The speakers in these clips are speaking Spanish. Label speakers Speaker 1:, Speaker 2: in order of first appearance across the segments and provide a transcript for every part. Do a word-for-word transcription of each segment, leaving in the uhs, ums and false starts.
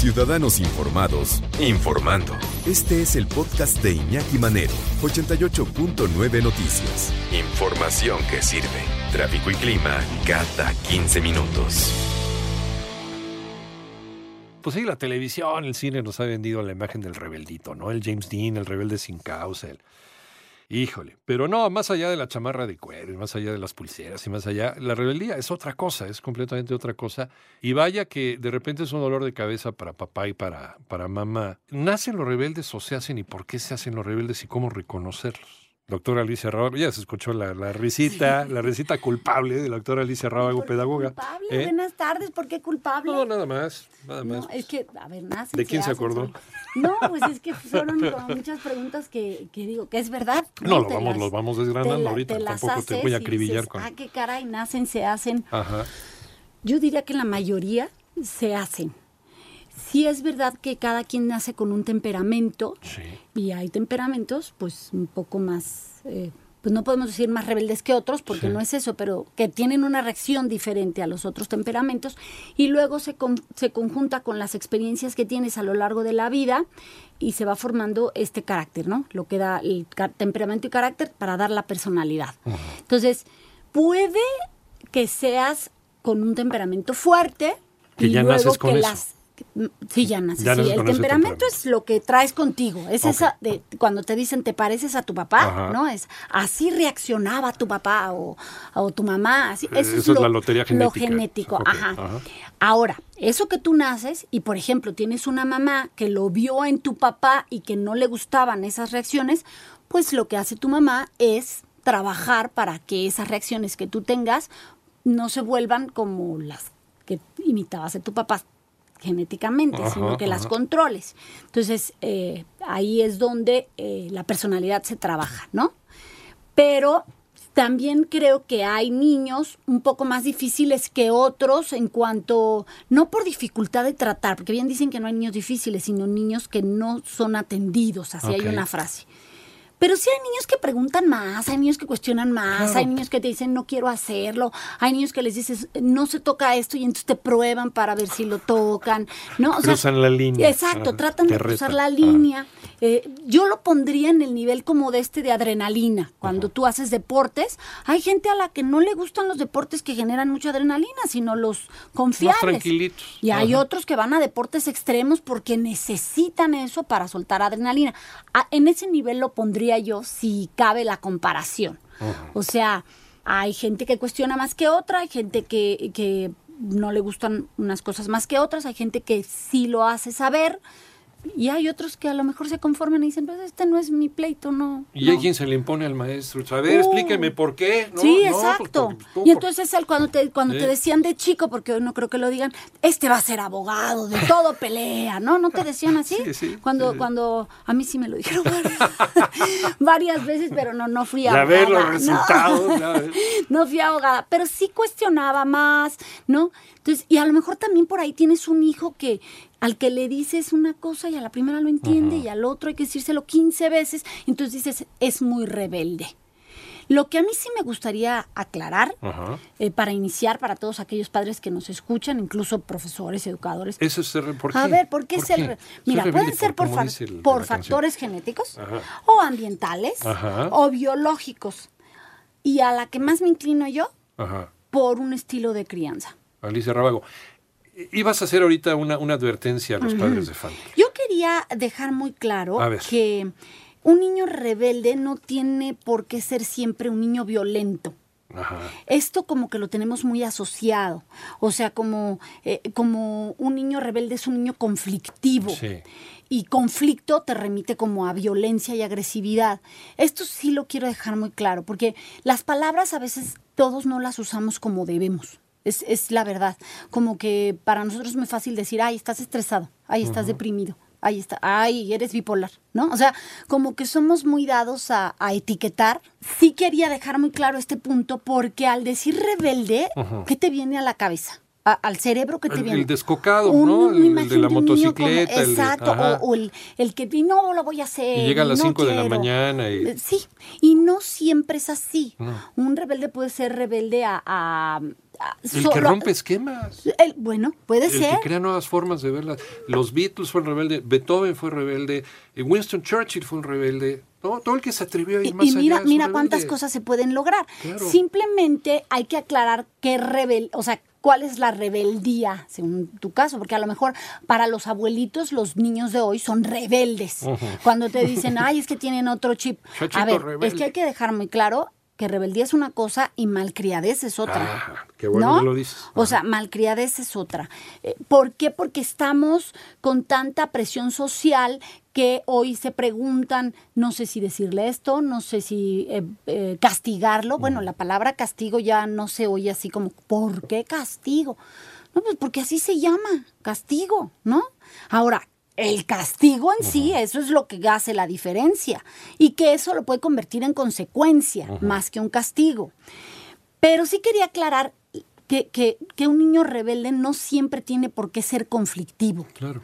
Speaker 1: Ciudadanos informados, informando. Este es el podcast de Iñaki Manero, ochenta y ocho punto nueve Noticias. Información que sirve. Tráfico y clima cada quince minutos.
Speaker 2: Pues sí, la televisión, el cine nos ha vendido la imagen del rebeldito, ¿no? El James Dean, el rebelde sin causa, el... Híjole, pero no, más allá de la chamarra de cuero y más allá de las pulseras y más allá, la rebeldía es otra cosa, es completamente otra cosa. Y vaya que de repente es un dolor de cabeza para papá y para, para mamá. ¿Nacen los rebeldes o se hacen y por qué se hacen los rebeldes y cómo reconocerlos? Doctora Alicia Rábago, ya se escuchó la, la risita, sí. la risita culpable de la doctora Alicia Rábago, pedagoga.
Speaker 3: Culpable,
Speaker 2: ¿Eh?
Speaker 3: Buenas tardes, ¿por qué culpable?
Speaker 2: No, nada más, nada más.
Speaker 3: No, es que, a ver, nacen,
Speaker 2: ¿De quién se,
Speaker 3: se
Speaker 2: acordó?
Speaker 3: Hacen, no, pues es que fueron como muchas preguntas que, que digo, que es verdad.
Speaker 2: No,
Speaker 3: no
Speaker 2: lo vamos,
Speaker 3: las,
Speaker 2: los vamos desgranando
Speaker 3: te la,
Speaker 2: ahorita,
Speaker 3: te
Speaker 2: tampoco te voy a acribillar
Speaker 3: dices,
Speaker 2: con...
Speaker 3: Ah, qué caray, nacen, se hacen.
Speaker 2: Ajá.
Speaker 3: Yo diría que la mayoría se hacen. Sí es verdad que cada quien nace con un temperamento,
Speaker 2: sí.
Speaker 3: y hay temperamentos, pues, un poco más... Eh, pues no podemos decir más rebeldes que otros, porque sí. no es eso, pero que tienen una reacción diferente a los otros temperamentos, y luego se, con, se conjunta con las experiencias que tienes a lo largo de la vida, y se va formando este carácter, ¿no? Lo que da el temperamento y carácter para dar la personalidad. Uh-huh. Entonces, puede que seas con un temperamento fuerte,
Speaker 2: que
Speaker 3: y
Speaker 2: ya
Speaker 3: luego
Speaker 2: naces con
Speaker 3: que
Speaker 2: eso.
Speaker 3: las... Sí, ya naces.
Speaker 2: Ya
Speaker 3: sí.
Speaker 2: naces
Speaker 3: El temperamento, temperamento es lo que traes contigo. Es okay. esa de cuando te dicen te pareces a tu papá, ajá. ¿no? Es así reaccionaba tu papá o, o tu mamá. Así, eso,
Speaker 2: eso
Speaker 3: es,
Speaker 2: es
Speaker 3: lo,
Speaker 2: la lotería genética.
Speaker 3: Lo genético,
Speaker 2: okay.
Speaker 3: ajá.
Speaker 2: ajá.
Speaker 3: Ahora, eso que tú naces y, por ejemplo, tienes una mamá que lo vio en tu papá y que no le gustaban esas reacciones, pues lo que hace tu mamá es trabajar para que esas reacciones que tú tengas no se vuelvan como las que imitabas de tu papá genéticamente, ajá, sino que ajá. las controles. Entonces, eh, ahí es donde eh, la personalidad se trabaja, ¿no? Pero también creo que hay niños un poco más difíciles que otros en cuanto, no por dificultad de tratar, porque bien dicen que no hay niños difíciles, sino niños que no son atendidos, así okay. hay una frase. Pero sí hay niños que preguntan más, hay niños que cuestionan más, claro. hay niños que te dicen no quiero hacerlo, hay niños que les dices no se toca esto y entonces te prueban para ver si lo tocan, ¿no? O
Speaker 2: cruzan
Speaker 3: sea,
Speaker 2: la línea.
Speaker 3: Exacto,
Speaker 2: ah,
Speaker 3: tratan de cruzar reta. la línea. Ah. Eh, yo lo pondría en el nivel como de este de adrenalina. Cuando uh-huh. tú haces deportes, hay gente a la que no le gustan los deportes que generan mucha adrenalina, sino los confiables.
Speaker 2: Más tranquilitos.
Speaker 3: Y uh-huh. hay otros que van a deportes extremos porque necesitan eso para soltar adrenalina. A, en ese nivel lo pondría yo si cabe la comparación. Uh-huh. O sea, hay gente que cuestiona más que otra, hay gente que, que no le gustan unas cosas más que otras, hay gente que sí lo hace saber y hay otros que a lo mejor se conforman y dicen, pues este no es mi pleito, no.
Speaker 2: Y
Speaker 3: no.
Speaker 2: hay quien se le impone al maestro, a ver, uh, explíqueme por qué. No,
Speaker 3: sí,
Speaker 2: no,
Speaker 3: exacto.
Speaker 2: Pues, tú,
Speaker 3: y entonces el, cuando, te, cuando
Speaker 2: ¿eh?
Speaker 3: te decían de chico, porque hoy no creo que lo digan, este va a ser abogado, de todo pelea, ¿no? ¿No te decían así?
Speaker 2: Sí, sí,
Speaker 3: cuando,
Speaker 2: sí.
Speaker 3: cuando a mí sí me lo dijeron varias, varias veces, pero no, no fui abogada.
Speaker 2: Ya ver los resultados.
Speaker 3: No.
Speaker 2: Ya
Speaker 3: no fui abogada, pero sí cuestionaba más, ¿no? Entonces, y a lo mejor también por ahí tienes un hijo que al que le dices una cosa y a la primera lo entiende uh-huh. y al otro hay que decírselo quince veces, entonces dices, es muy rebelde. Lo que a mí sí me gustaría aclarar, uh-huh. eh, para iniciar, para todos aquellos padres que nos escuchan, incluso profesores, educadores.
Speaker 2: ¿Eso es ser, ¿por qué?
Speaker 3: A ver, ¿por qué
Speaker 2: ¿Por
Speaker 3: es el...
Speaker 2: qué?
Speaker 3: Mira, pueden ser por, fa- por factores
Speaker 2: canción.
Speaker 3: genéticos
Speaker 2: Ajá.
Speaker 3: o ambientales
Speaker 2: Ajá.
Speaker 3: o biológicos. Y a la que más me inclino yo,
Speaker 2: Ajá.
Speaker 3: por un estilo de crianza.
Speaker 2: Alicia Rábago, ibas a hacer ahorita una, una advertencia a los uh-huh. padres de familia.
Speaker 3: Yo quería dejar muy claro que un niño rebelde no tiene por qué ser siempre un niño violento.
Speaker 2: Ajá.
Speaker 3: Esto como que lo tenemos muy asociado. O sea, como, eh, como un niño rebelde es un niño conflictivo.
Speaker 2: Sí.
Speaker 3: Y conflicto te remite como a violencia y agresividad. Esto sí lo quiero dejar muy claro, porque las palabras a veces todos no las usamos como debemos. Es, es la verdad. Como que para nosotros es muy fácil decir, ay, estás estresado, ay, estás uh-huh. deprimido, ay, está, ay, eres bipolar, ¿no? O sea, como que somos muy dados a, a etiquetar. Sí quería dejar muy claro este punto, porque al decir rebelde, uh-huh. ¿qué te viene a la cabeza? A, al cerebro que te
Speaker 2: el,
Speaker 3: viene.
Speaker 2: El descocado,
Speaker 3: un,
Speaker 2: ¿no? El, el de la
Speaker 3: como,
Speaker 2: motocicleta.
Speaker 3: exacto,
Speaker 2: el de,
Speaker 3: o, o el, el que no lo voy a hacer.
Speaker 2: Y llega a las
Speaker 3: no
Speaker 2: cinco
Speaker 3: quiero.
Speaker 2: de la mañana. Y...
Speaker 3: Sí, y no siempre es así.
Speaker 2: No.
Speaker 3: Un rebelde puede ser rebelde a, a
Speaker 2: El que rompe esquemas.
Speaker 3: El, bueno, puede
Speaker 2: el
Speaker 3: ser.
Speaker 2: El que crea nuevas formas de verlas. Los Beatles fueron rebeldes, Beethoven fue rebelde, Winston Churchill fue un rebelde. Todo, todo el que se atrevió a ir
Speaker 3: y,
Speaker 2: más
Speaker 3: y mira,
Speaker 2: allá.
Speaker 3: Mira cuántas cosas se pueden lograr.
Speaker 2: Claro.
Speaker 3: Simplemente hay que aclarar qué rebel, o sea, cuál es la rebeldía, según tu caso, porque a lo mejor para los abuelitos los niños de hoy son rebeldes. Uh-huh. Cuando te dicen, ay, es que tienen otro chip.
Speaker 2: Chachito
Speaker 3: a ver,
Speaker 2: rebelde.
Speaker 3: Es que hay que dejar muy claro que rebeldía es una cosa y malcriadez es otra.
Speaker 2: Ah, qué bueno
Speaker 3: ¿no?
Speaker 2: que lo dices. Ajá.
Speaker 3: O sea, malcriadez es otra. ¿Por qué? Porque estamos con tanta presión social que hoy se preguntan, no sé si decirle esto, no sé si eh, eh, castigarlo. Bueno, la palabra castigo ya no se oye así como, ¿por qué castigo? No, pues porque así se llama, castigo, ¿no? Ahora, el castigo en uh-huh. sí, eso es lo que hace la diferencia. Y que eso lo puede convertir en consecuencia, uh-huh. más que un castigo. Pero sí quería aclarar que, que, que un niño rebelde no siempre tiene por qué ser conflictivo.
Speaker 2: Claro.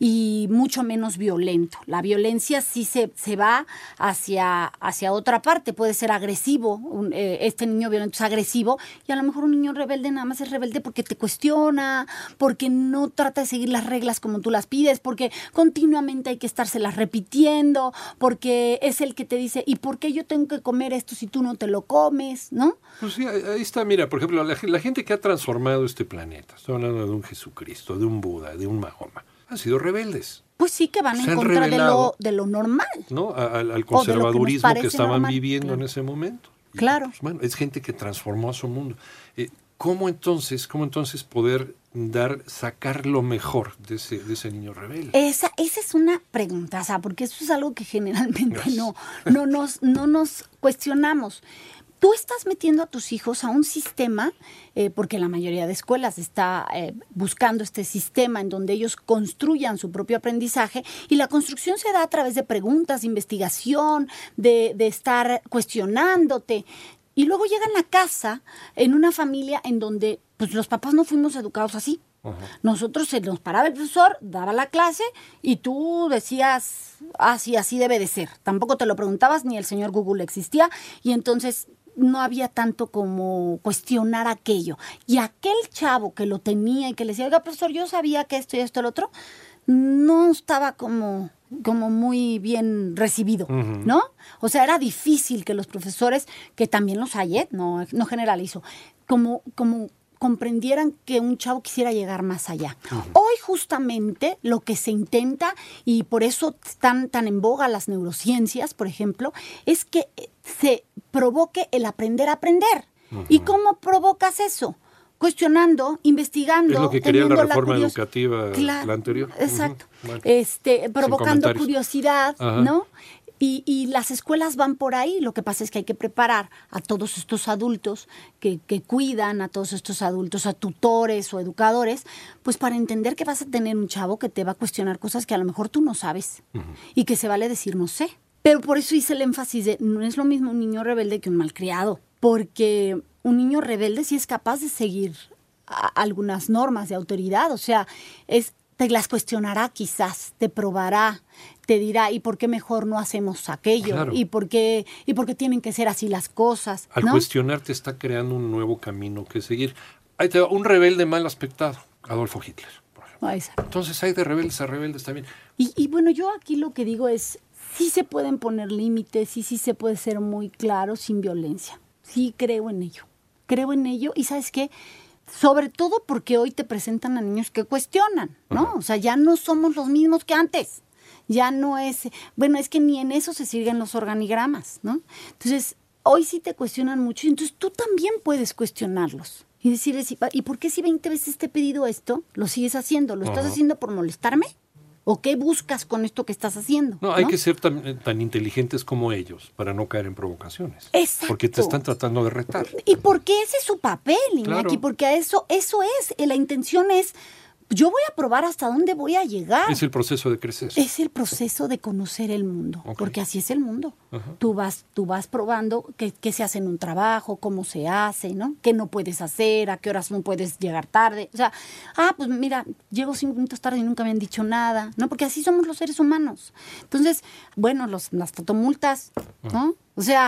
Speaker 3: Y mucho menos violento. La violencia sí se, se va hacia, hacia otra parte. Puede ser agresivo. Un, eh, este niño violento es agresivo. Y a lo mejor un niño rebelde nada más es rebelde porque te cuestiona, porque no trata de seguir las reglas como tú las pides, porque continuamente hay que estárselas repitiendo, porque es el que te dice, ¿y por qué yo tengo que comer esto si tú no te lo comes? ¿No?
Speaker 2: Pues sí, ahí está. Mira, por ejemplo, la, la gente que ha transformado este planeta, estoy hablando de un Jesucristo, de un Buda, de un Mahoma, han sido rebeldes.
Speaker 3: Pues sí, que van
Speaker 2: Se
Speaker 3: en contra de lo, de lo normal.
Speaker 2: ¿No? Al, al conservadurismo que, que estaban
Speaker 3: normal.
Speaker 2: viviendo
Speaker 3: claro.
Speaker 2: en ese momento. Y,
Speaker 3: claro.
Speaker 2: Pues, bueno, es gente que transformó a su mundo. Eh, ¿Cómo entonces, cómo entonces poder dar, sacar lo mejor de ese, de ese niño rebelde?
Speaker 3: Esa, esa es una pregunta, o sea, porque eso es algo que generalmente no, no, nos, no nos cuestionamos. Tú estás metiendo a tus hijos a un sistema, eh, porque la mayoría de escuelas está eh, buscando este sistema en donde ellos construyan su propio aprendizaje, y la construcción se da a través de preguntas, de investigación, de, de estar cuestionándote. Y luego llegan a casa en una familia en donde pues, los papás no fuimos educados así. Uh-huh. Nosotros se nos paraba el profesor, daba la clase y tú decías, así, así debe de ser. Tampoco te lo preguntabas, ni el señor Google existía, y entonces no había tanto como cuestionar aquello. Y aquel chavo que lo tenía y que le decía, oiga, profesor, yo sabía que esto y esto y el otro, no estaba como, como muy bien recibido, uh-huh. ¿no? O sea, era difícil que los profesores, que también los hay, ¿eh? no, no generalizo, como, como comprendieran que un chavo quisiera llegar más allá. Uh-huh. Hoy justamente lo que se intenta, y por eso están tan en boga las neurociencias, por ejemplo, es que se provoque el aprender a aprender. Uh-huh. ¿Y cómo provocas eso? Cuestionando, investigando.
Speaker 2: Es lo que quería la reforma la curios... educativa, claro, la anterior.
Speaker 3: Exacto. Uh-huh. Bueno, este, provocando curiosidad, uh-huh. ¿no? Y, y las escuelas van por ahí. Lo que pasa es que hay que preparar a todos estos adultos que, que cuidan, a todos estos adultos, a tutores o educadores, pues para entender que vas a tener un chavo que te va a cuestionar cosas que a lo mejor tú no sabes, uh-huh. y que se vale decir no sé. Pero por eso hice el énfasis de no es lo mismo un niño rebelde que un malcriado, porque un niño rebelde sí es capaz de seguir a, algunas normas de autoridad, o sea, es, te las cuestionará quizás, te probará, te dirá, ¿y por qué mejor no hacemos aquello? Claro. ¿Y por qué, y por qué tienen que ser así las cosas?
Speaker 2: Al
Speaker 3: ¿no?
Speaker 2: cuestionarte está creando un nuevo camino que seguir. Ahí te va, un rebelde mal aspectado, Adolfo Hitler, por ejemplo.
Speaker 3: Exacto.
Speaker 2: Entonces hay de rebeldes a rebeldes también.
Speaker 3: Y, y bueno, yo aquí lo que digo es, sí se pueden poner límites, y sí se puede ser muy claro sin violencia. Sí creo en ello. Creo en ello, y ¿sabes qué? Sobre todo porque hoy te presentan a niños que cuestionan, ¿no? Uh-huh. O sea, ya no somos los mismos que antes. Ya no es... Bueno, es que ni en eso se siguen los organigramas, ¿no? Entonces, hoy sí te cuestionan mucho, y entonces tú también puedes cuestionarlos. Y decirles, ¿y por qué si veinte veces te he pedido esto, lo sigues haciendo? ¿Lo estás uh-huh. haciendo por molestarme? ¿O qué buscas con esto que estás haciendo?
Speaker 2: No, hay ¿no? que ser tan, tan inteligentes como ellos para no caer en provocaciones.
Speaker 3: Exacto.
Speaker 2: Porque te están tratando de retar.
Speaker 3: Y porque ese es su papel, Iñaki,
Speaker 2: claro.
Speaker 3: porque a eso, eso es, la intención es, yo voy a probar hasta dónde voy a llegar.
Speaker 2: Es el proceso de crecer.
Speaker 3: Es el proceso de conocer el mundo, okay. porque así es el mundo. Uh-huh. Tú vas, tú vas probando qué, qué se hace en un trabajo, cómo se hace, ¿no? Qué no puedes hacer, a qué horas no puedes llegar tarde. O sea, ah, pues mira, llego cinco minutos tarde y nunca me han dicho nada, ¿no? Porque así somos los seres humanos. Entonces, bueno, los, las fotomultas, ¿no? Uh-huh. O sea,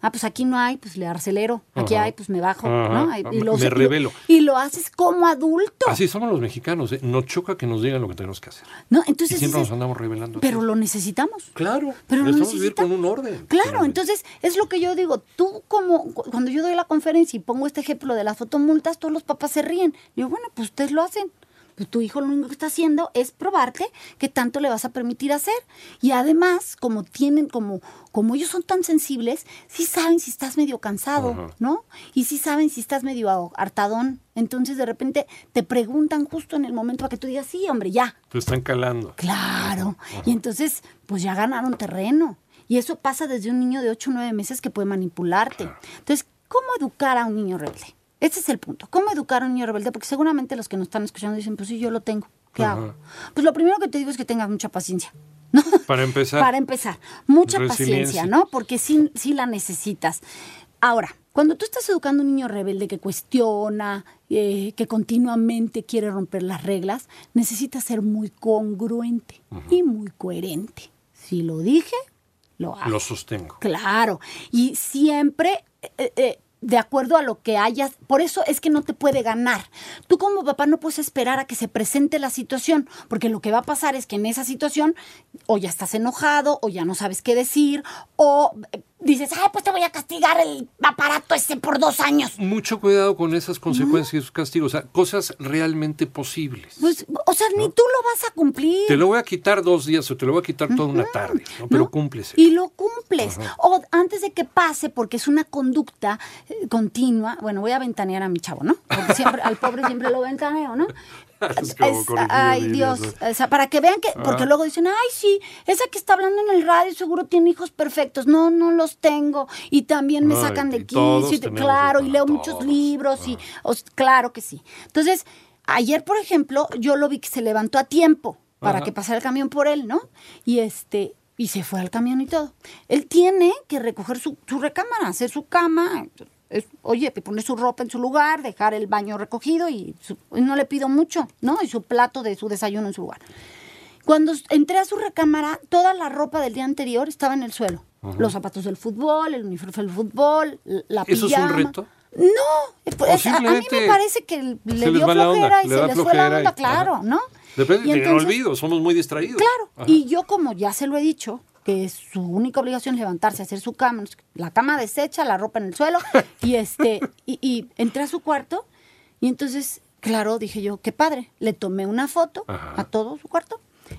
Speaker 3: Ah, pues aquí no hay, pues le acelero. Aquí
Speaker 2: Ajá.
Speaker 3: hay, pues me bajo,
Speaker 2: Ajá.
Speaker 3: ¿no? Y lo,
Speaker 2: Me revelo.
Speaker 3: Y lo haces como adulto.
Speaker 2: Así somos los mexicanos, ¿eh? Nos choca que nos digan lo que tenemos que hacer.
Speaker 3: ¿No?
Speaker 2: Y
Speaker 3: Entonces
Speaker 2: siempre
Speaker 3: dices,
Speaker 2: nos andamos revelando.
Speaker 3: pero
Speaker 2: así.
Speaker 3: lo necesitamos.
Speaker 2: Claro,
Speaker 3: Pero lo
Speaker 2: necesitamos vivir
Speaker 3: necesitamos.
Speaker 2: con un orden.
Speaker 3: Claro,
Speaker 2: finalmente.
Speaker 3: entonces es lo que yo digo. Tú como, cu- cuando yo doy la conferencia y pongo este ejemplo de las fotomultas, todos los papás se ríen. Digo, bueno, pues ustedes lo hacen. Pues tu hijo lo único que está haciendo es probarte qué tanto le vas a permitir hacer. Y además, como tienen, como, como ellos son tan sensibles, sí saben si estás medio cansado,
Speaker 2: Ajá.
Speaker 3: ¿no? Y sí saben si estás medio a- hartadón. Entonces de repente te preguntan justo en el momento para que tú digas, sí, hombre, ya.
Speaker 2: Te están calando.
Speaker 3: Claro. Y entonces, pues ya ganaron terreno. Y eso pasa desde un niño de ocho o nueve meses que puede manipularte. Entonces, ¿cómo educar a un niño rebelde? Ese es el punto. ¿Cómo educar a un niño rebelde? Porque seguramente los que nos están escuchando dicen, pues sí, yo lo tengo. ¿Qué
Speaker 2: Ajá.
Speaker 3: hago? Pues lo primero que te digo es que tengas mucha paciencia. ¿No?
Speaker 2: Para empezar.
Speaker 3: Para empezar. Mucha
Speaker 2: Resiliencia.
Speaker 3: paciencia, ¿no? Porque sí, sí la necesitas. Ahora, cuando tú estás educando a un niño rebelde que cuestiona, eh, que continuamente quiere romper las reglas, necesitas ser muy congruente y muy coherente. Si lo dije, lo hago.
Speaker 2: Lo sostengo.
Speaker 3: Claro. Y siempre eh, eh, de acuerdo a lo que hayas. Por eso es que no te puede ganar. Tú como papá no puedes esperar a que se presente la situación, porque lo que va a pasar es que en esa situación o ya estás enojado, o ya no sabes qué decir, o eh, dices, ay, pues te voy a castigar el aparato ese por dos años.
Speaker 2: Mucho cuidado con esas consecuencias y esos castigos. O sea, cosas realmente posibles.
Speaker 3: Pues, o sea, ni tú lo vas a cumplir.
Speaker 2: Te lo voy a quitar dos días o te lo voy a quitar toda una tarde, ¿no? Pero
Speaker 3: ¿no?
Speaker 2: cúmplese.
Speaker 3: Y lo cumples.
Speaker 2: Ajá.
Speaker 3: O antes de que pase, porque es una conducta eh, continua. Bueno, voy a ventanear a mi chavo, ¿no? Porque siempre, al pobre siempre lo ventaneo, ¿no?
Speaker 2: Es como
Speaker 3: Es-
Speaker 2: conejillo
Speaker 3: ay,
Speaker 2: de
Speaker 3: Dios.
Speaker 2: indias,
Speaker 3: O sea, para que vean que, porque
Speaker 2: Ah.
Speaker 3: luego dicen, ay, sí, esa que está hablando en el radio seguro tiene hijos perfectos. No, no los tengo. Y también me
Speaker 2: Ay,
Speaker 3: sacan de
Speaker 2: y todos
Speaker 3: quicio. y te-
Speaker 2: tenemos
Speaker 3: Claro,
Speaker 2: de-
Speaker 3: y leo
Speaker 2: todos.
Speaker 3: muchos libros. y os- Claro que sí. Entonces, ayer, por ejemplo, yo lo vi que se levantó a tiempo para
Speaker 2: Ajá.
Speaker 3: que pasara el camión por él, ¿no? Y este, y se fue al camión y todo. Él tiene que recoger su, su recámara, hacer su cama, es- oye, poner su ropa en su lugar, dejar el baño recogido y, su- y no le pido mucho, ¿no? Y su plato de su desayuno en su lugar. Cuando s- entré a su recámara, toda la ropa del día anterior estaba en el suelo. Los zapatos del fútbol, el uniforme del fútbol, l- la
Speaker 2: ¿Eso es
Speaker 3: pijama.
Speaker 2: un reto?
Speaker 3: No, pues, a- a, mí
Speaker 2: simplemente
Speaker 3: me parece que le
Speaker 2: se
Speaker 3: dio
Speaker 2: les va la
Speaker 3: flojera
Speaker 2: onda,
Speaker 3: y
Speaker 2: le
Speaker 3: se
Speaker 2: da
Speaker 3: les fue
Speaker 2: flojera
Speaker 3: la
Speaker 2: y-
Speaker 3: onda, claro,
Speaker 2: ajá.
Speaker 3: ¿no?
Speaker 2: Depende,
Speaker 3: Y
Speaker 2: tienen
Speaker 3: entonces-
Speaker 2: olvido, somos muy distraídos.
Speaker 3: Claro,
Speaker 2: Ajá.
Speaker 3: y yo como ya se lo he dicho, que su única obligación es levantarse, hacer su cama, la cama deshecha, la ropa en el suelo, y este, y, y entré a su cuarto, y entonces, claro, dije yo, qué padre, le tomé una foto
Speaker 2: Ajá.
Speaker 3: a todo su cuarto,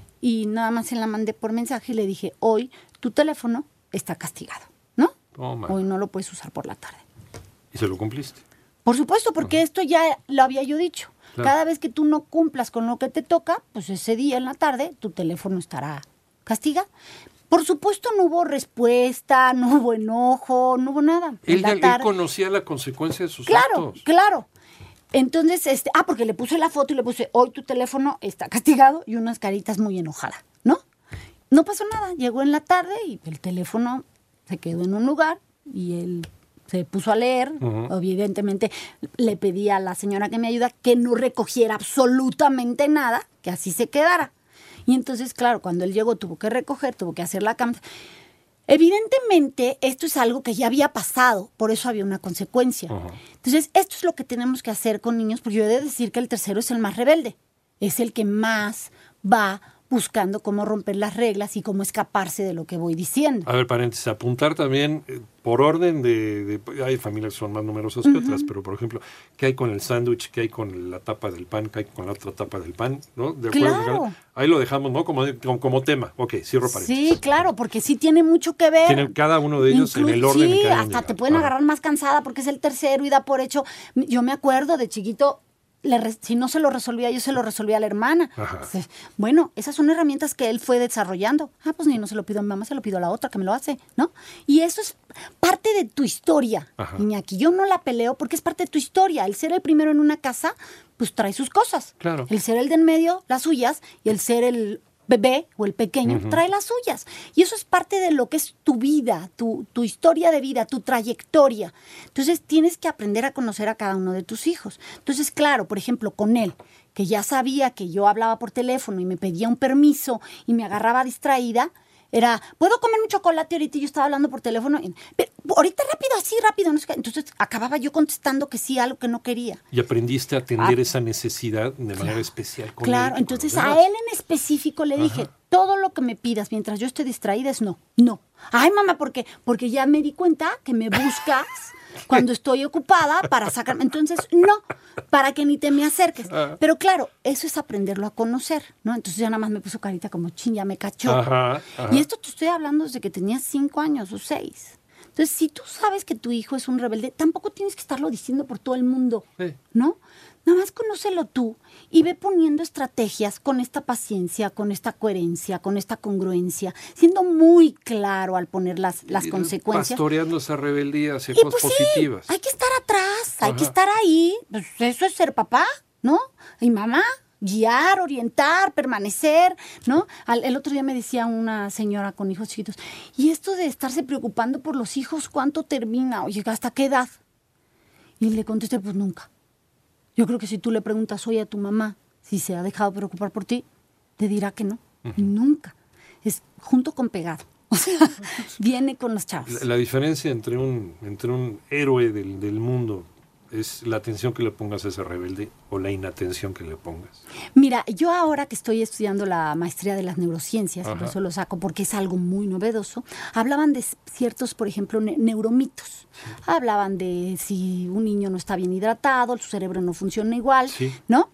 Speaker 3: y nada más se la mandé por mensaje y le dije, hoy tu teléfono está castigado, ¿no?
Speaker 2: Toma.
Speaker 3: Hoy no lo puedes usar por la tarde.
Speaker 2: Y se lo cumpliste.
Speaker 3: Por supuesto, porque esto ya lo había yo dicho.
Speaker 2: Claro.
Speaker 3: Cada vez que tú no cumplas con lo que te toca, pues ese día en la tarde tu teléfono estará castigado. Por supuesto no hubo respuesta, no hubo enojo, no hubo nada. En
Speaker 2: Él,
Speaker 3: la
Speaker 2: él
Speaker 3: tarde-
Speaker 2: conocía la consecuencia de sus
Speaker 3: Claro,
Speaker 2: actos.
Speaker 3: claro. Entonces, este, ah, porque le puse la foto y le puse, hoy tu teléfono está castigado y unas caritas muy enojadas, ¿no? No pasó nada, llegó en la tarde y el teléfono se quedó en un lugar y él se puso a leer.
Speaker 2: Ujú.
Speaker 3: Evidentemente le pedí a la señora que me ayuda que no recogiera absolutamente nada, que así se quedara. Y entonces, claro, cuando él llegó tuvo que recoger, tuvo que hacer la cama. Evidentemente, esto es algo que ya había pasado, por eso había una consecuencia.
Speaker 2: Ajá.
Speaker 3: Entonces, esto es lo que tenemos que hacer con niños, porque yo he de decir que el tercero es el más rebelde. Es el que más va buscando cómo romper las reglas y cómo escaparse de lo que voy diciendo.
Speaker 2: A ver, paréntesis, apuntar también eh, por orden de, de- Hay familias que son más numerosas que otras, pero por ejemplo, ¿qué hay con el sándwich? ¿Qué hay con la tapa del pan? ¿Qué hay con la otra tapa del pan? ¿No? De acuerdo.
Speaker 3: Claro.
Speaker 2: Ahí lo dejamos, ¿no? Como, como, como tema. Ok, cierro paréntesis.
Speaker 3: Sí, claro, porque sí tiene mucho que ver.
Speaker 2: Tienen cada uno de ellos en
Speaker 3: Inclu-
Speaker 2: el orden en
Speaker 3: Sí,
Speaker 2: que hayan
Speaker 3: hasta
Speaker 2: llegado.
Speaker 3: te pueden
Speaker 2: Ajá.
Speaker 3: agarrar más cansada porque es el tercero y da por hecho. Yo me acuerdo de chiquito, le re- si no se lo resolvía yo, se lo resolvía a la hermana.
Speaker 2: Ajá.
Speaker 3: Entonces, bueno, esas son herramientas que él fue desarrollando. Ah, pues ni no se lo pido a mi mamá, se lo pido a la otra que me lo hace, ¿no? Y eso es parte de tu historia,
Speaker 2: Ajá.
Speaker 3: Iñaki. Yo no la peleo porque es parte de tu historia. El ser el primero en una casa, pues trae sus cosas.
Speaker 2: Claro.
Speaker 3: El ser el de en medio, las suyas, y el ser el bebé o el pequeño trae las suyas. Y eso es parte de lo que es tu vida, tu, tu historia de vida, tu trayectoria. Entonces tienes que aprender a conocer a cada uno de tus hijos. Entonces, claro, por ejemplo, con él, que ya sabía que yo hablaba por teléfono y me pedía un permiso y me agarraba distraída, Era, ¿puedo comer un chocolate ahorita? Y yo estaba hablando por teléfono. Y, pero ahorita rápido, así rápido. No sé qué. Entonces acababa yo contestando que sí, algo que no quería.
Speaker 2: Y aprendiste a atender
Speaker 3: Ah,
Speaker 2: esa necesidad de manera
Speaker 3: claro,
Speaker 2: especial con
Speaker 3: Claro,
Speaker 2: él y con
Speaker 3: entonces
Speaker 2: los
Speaker 3: a
Speaker 2: demás.
Speaker 3: él en específico le dije,
Speaker 2: Ajá.
Speaker 3: todo lo que me pidas mientras yo esté distraída es no, no. Ay, mamá, ¿por qué? Porque ya me di cuenta que me buscas cuando estoy ocupada para sacarme. Entonces, no, para que ni te me acerques. Pero claro, eso es aprenderlo a conocer, ¿no? Entonces ya nada más me puso carita como, chin, ya me cachó.
Speaker 2: Ajá, ajá.
Speaker 3: Y esto te estoy hablando desde que tenías cinco años o seis. Entonces, si tú sabes que tu hijo es un rebelde, tampoco tienes que estarlo diciendo por todo el mundo,
Speaker 2: Sí.
Speaker 3: ¿no? Nada más conócelo tú y ve poniendo estrategias con esta paciencia, con esta coherencia, con esta congruencia, siendo muy claro al poner las, las
Speaker 2: Ir
Speaker 3: consecuencias.
Speaker 2: Pastoreando esa rebeldía hacia
Speaker 3: Y
Speaker 2: cosas
Speaker 3: pues sí,
Speaker 2: positivas.
Speaker 3: hay que estar atrás, hay
Speaker 2: Ajá.
Speaker 3: que estar ahí. Pues eso es ser papá, ¿no? Y mamá, guiar, orientar, permanecer, ¿no? Al- el otro día me decía una señora con hijos chiquitos, y esto de estarse preocupando por los hijos, ¿cuánto termina? Oye, ¿hasta qué edad? Y le contesté, pues nunca. Yo creo que si tú le preguntas hoy a tu mamá si se ha dejado preocupar por ti, te dirá que no. Nunca. Es junto con pegado. O sea, viene con los chavos.
Speaker 2: La, la diferencia entre un, entre un héroe del, del mundo es la atención que le pongas a ese rebelde o la inatención que le pongas.
Speaker 3: Mira, yo ahora que estoy estudiando la maestría de las neurociencias,
Speaker 2: Ajá.
Speaker 3: por eso lo saco porque es algo muy novedoso, hablaban de ciertos, por ejemplo, ne- neuromitos. Hablaban de si un niño no está bien hidratado, su cerebro no funciona igual,
Speaker 2: Sí.
Speaker 3: ¿no?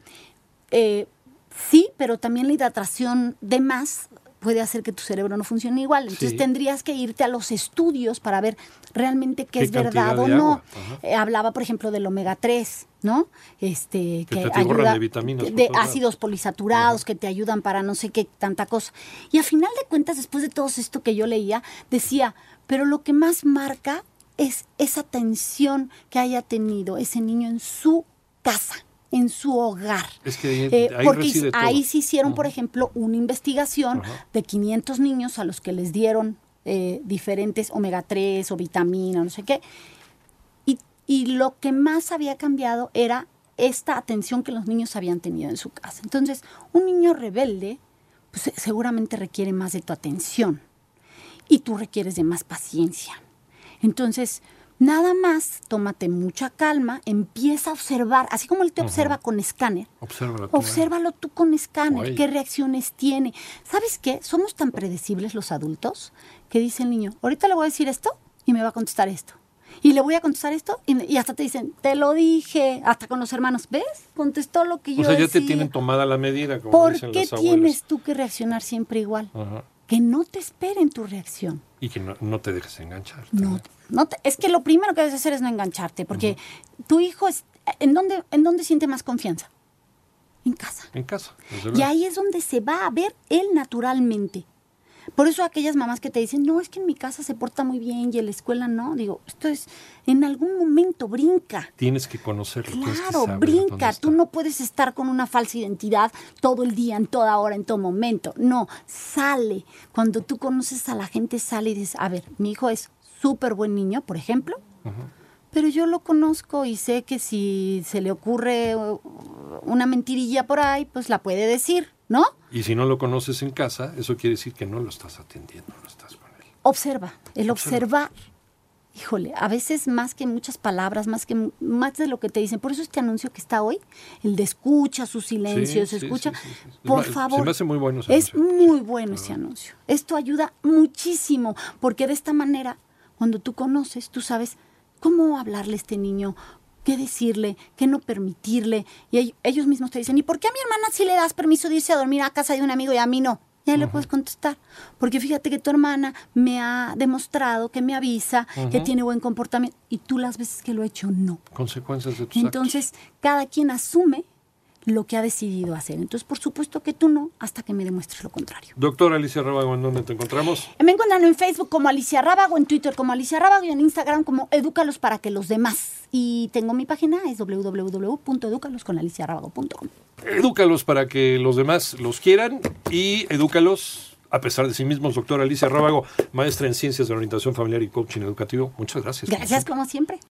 Speaker 3: Eh, sí, pero también la hidratación de más puede hacer que tu cerebro no funcione igual. Entonces
Speaker 2: Sí.
Speaker 3: tendrías que irte a los estudios para ver realmente qué,
Speaker 2: ¿Qué
Speaker 3: es verdad
Speaker 2: cantidad
Speaker 3: o
Speaker 2: de
Speaker 3: no.
Speaker 2: agua? Ajá.
Speaker 3: Eh, hablaba, por ejemplo, del omega tres, ¿no? Este,
Speaker 2: Que
Speaker 3: que
Speaker 2: te atiborran
Speaker 3: ayuda
Speaker 2: de vitaminas por
Speaker 3: de
Speaker 2: todos lados.
Speaker 3: ácidos polisaturados que te ayudan para no sé qué, tanta cosa. Y a final de cuentas, después de todo esto que yo leía, decía, pero lo que más marca es esa tensión que haya tenido ese niño en su casa, en su hogar.
Speaker 2: Es que ahí,
Speaker 3: Eh,
Speaker 2: ahí
Speaker 3: porque
Speaker 2: reside todo.
Speaker 3: ahí se hicieron, por ejemplo, una investigación
Speaker 2: Ajá.
Speaker 3: de quinientos niños a los que les dieron eh, diferentes omega tres o vitamina, no sé qué. Y, y lo que más había cambiado era esta atención que los niños habían tenido en su casa. Entonces, un niño rebelde, pues se- seguramente requiere más de tu atención y tú requieres de más paciencia. Entonces, nada más, tómate mucha calma, empieza a observar, así como él te observa con escáner,
Speaker 2: Obsérvalo tú.
Speaker 3: obsérvalo tú con escáner,
Speaker 2: Oye.
Speaker 3: qué reacciones tiene. ¿Sabes qué? Somos tan predecibles los adultos que dice el niño, ahorita le voy a decir esto y me va a contestar esto. Y le voy a contestar esto y, me- y hasta te dicen, te lo dije, hasta con los hermanos, ¿ves? Contestó lo que yo
Speaker 2: O sea, ya te
Speaker 3: decía.
Speaker 2: tienen tomada la medida, como
Speaker 3: ¿Por
Speaker 2: dicen
Speaker 3: qué
Speaker 2: las abuelas.
Speaker 3: tienes tú que reaccionar siempre igual?
Speaker 2: Ajá.
Speaker 3: Que no te esperen tu reacción.
Speaker 2: Y que no, no te dejes enganchar.
Speaker 3: No, no te- es que lo primero que debes hacer es no engancharte, porque tu hijo es, ¿en dónde, ¿en dónde siente más confianza? En casa.
Speaker 2: En casa. desde
Speaker 3: Y
Speaker 2: luego.
Speaker 3: ahí es donde se va a ver él naturalmente. Por eso aquellas mamás que te dicen, no, es que en mi casa se porta muy bien y en la escuela no. Digo, esto es, en algún momento brinca.
Speaker 2: Tienes que conocerlo. tienes que
Speaker 3: Claro,
Speaker 2: saber dónde
Speaker 3: brinca.
Speaker 2: está.
Speaker 3: Tú no puedes estar con una falsa identidad todo el día, en toda hora, en todo momento. No, sale. Cuando tú conoces a la gente, sale y dices, a ver, mi hijo es súper buen niño, por ejemplo, pero yo lo conozco y sé que si se le ocurre uh, una mentirilla por ahí, pues la puede decir, ¿no?
Speaker 2: Y si no lo conoces en casa, eso quiere decir que no lo estás atendiendo, no estás con él.
Speaker 3: Observa, el
Speaker 2: Observa.
Speaker 3: observar. Híjole, a veces más que muchas palabras, más que más de lo que te dicen. Por eso este anuncio que está hoy, el de escucha sus silencios,
Speaker 2: Sí, sí,
Speaker 3: escucha,
Speaker 2: sí, sí, sí.
Speaker 3: por
Speaker 2: Es ma-
Speaker 3: favor.
Speaker 2: se me hace muy bueno ese
Speaker 3: Es
Speaker 2: anuncio.
Speaker 3: muy bueno ese anuncio. Esto ayuda muchísimo, porque de esta manera, cuando tú conoces, tú sabes cómo hablarle a este niño, qué decirle, qué no permitirle. Y ell- ellos mismos te dicen, ¿y por qué a mi hermana sí le das permiso de irse a dormir a casa de un amigo y a mí no? Y ahí le puedes contestar. Porque fíjate que tu hermana me ha demostrado que me avisa, que tiene buen comportamiento. Y tú las veces que lo he hecho, no.
Speaker 2: Consecuencias de tus
Speaker 3: Entonces, cada quien asume lo que ha decidido hacer. Entonces, por supuesto que tú no, hasta que me demuestres lo contrario.
Speaker 2: actos. Doctora Alicia Rábago, ¿en dónde te encontramos?
Speaker 3: Me encuentran en Facebook como Alicia Rábago, en Twitter como Alicia Rábago y en Instagram como Edúcalos para que los demás. Y tengo mi página, es doble u doble u doble u punto edúcalos con alicia rábago punto com.
Speaker 2: Edúcalos para que los demás los quieran y edúcalos a pesar de sí mismos. Doctora Alicia Rábago, maestra en Ciencias de la Orientación Familiar y Coaching Educativo. Muchas gracias.
Speaker 3: Gracias como siempre.